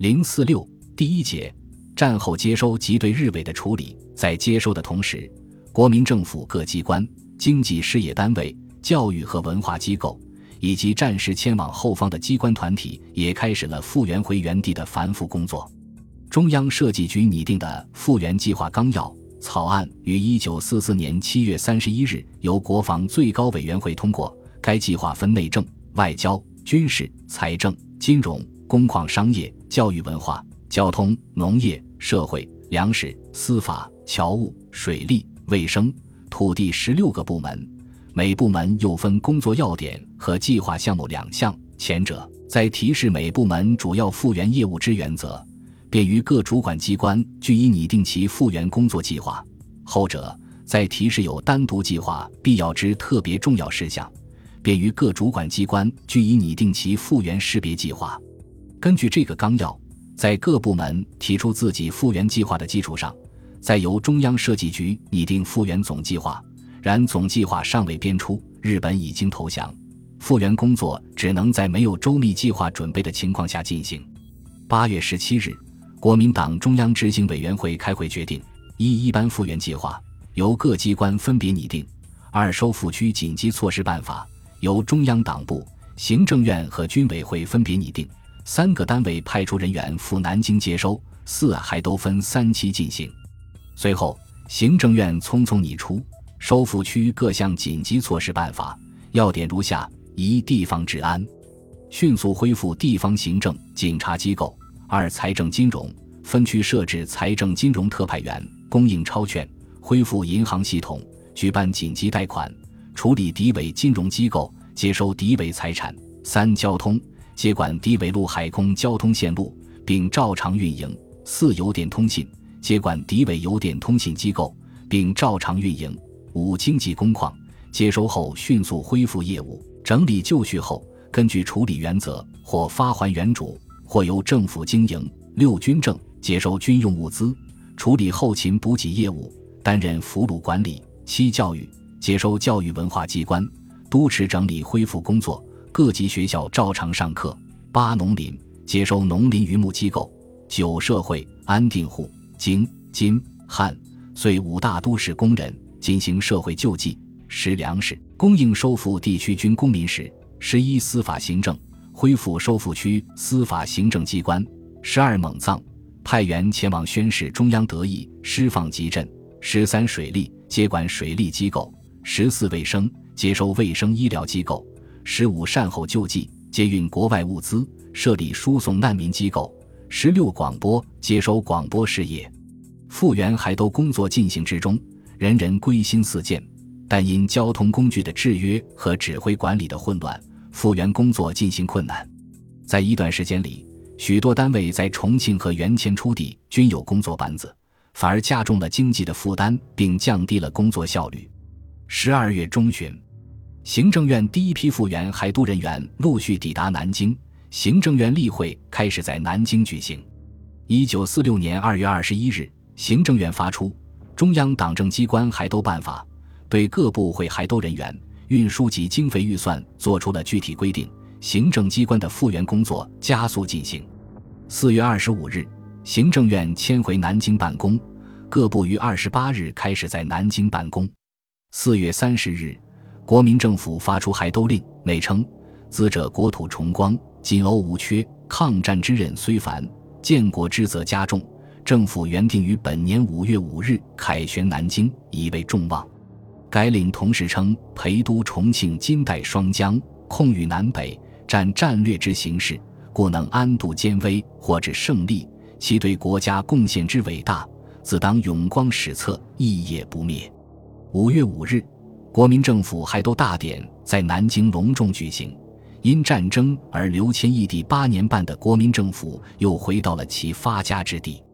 046第一节，战后接收及对日伪的处理。在接收的同时，国民政府各机关、经济事业单位、教育和文化机构以及战时迁往后方的机关团体也开始了复员回原地的繁复工作。中央设计局拟定的复员计划纲要草案于1944年7月31日由国防最高委员会通过。该计划分内政、外交、军事、财政、金融、工矿商业、教育文化、交通、农业、社会、粮食、司法、侨务、水利、卫生、土地16个部门，每部门又分工作要点和计划项目2项，前者在提示每部门主要复员业务之原则，便于各主管机关据以拟定其复员工作计划；后者在提示有单独计划必要之特别重要事项，便于各主管机关据以拟定其复员识别计划。根据这个纲要，在各部门提出自己复员计划的基础上，再由中央设计局拟定复员总计划。然总计划尚未编出，日本已经投降，复员工作只能在没有周密计划准备的情况下进行。8月17日，国民党中央执行委员会开会决定：一般复员计划由各机关分别拟定；2收复区紧急措施办法由中央党部、行政院和军委会分别拟定；3个单位派出人员赴南京接收；4还都分3期进行。随后，行政院匆匆拟出收复区各项紧急措施办法，要点如下：一、地方治安，迅速恢复地方行政、警察机构；2财政金融，分区设置财政金融特派员，供应钞券，恢复银行系统，举办紧急贷款，处理敌伪金融机构，接收敌伪财产；3交通，接管敌伪陆海空交通线路，并照常运营；4邮电通信，接管敌伪邮电通信机构，并照常运营；5经济工矿，接收后迅速恢复业务，整理就绪后根据处理原则或发还原主，或由政府经营；6军政，接收军用物资，处理后勤补给业务，担任俘虏管理；7教育，接收教育文化机关，督持整理恢复工作，各级学校照常上课；8农林，接收农林渔牧机构；9社会安定户，京、津、汉、遂5大都市工人，进行社会救济；10粮食供应收复地区军公民时；11司法行政，恢复收复区司法行政机关；12蒙藏，派员前往宣示中央得意，释放急镇；13水利，接管水利机构；14卫生，接收卫生医疗机构；15善后救济，接运国外物资，设立输送难民机构；16广播，接收广播事业。复员还都工作进行之中，人人归心似箭，但因交通工具的制约和指挥管理的混乱，复员工作进行困难。在一段时间里，许多单位在重庆和原迁出地均有工作班子，反而加重了经济的负担，并降低了工作效率。12月中旬，行政院第一批复员还都人员陆续抵达南京，行政院例会开始在南京举行。1946年2月21日，行政院发出《中央党政机关还都办法》，对各部会还都人员、运输及经费预算做出了具体规定，行政机关的复员工作加速进行。4月25日，行政院迁回南京办公，各部于28日开始在南京办公。4月30日，国民政府发出还都令，内称：资者国土崇光，锦瓯无缺，抗战之任虽繁，建国之责加重，政府原定于本年5月5日凯旋南京，以为众望。该令同时称陪都重庆金代双江，控御南北，占战略之形势，故能安度艰危，获至胜利，其对国家贡献之伟大，自当永光史册，一也不灭。5月5日，国民政府还都大典在南京隆重举行，因战争而流迁异地8年半的国民政府又回到了其发家之地。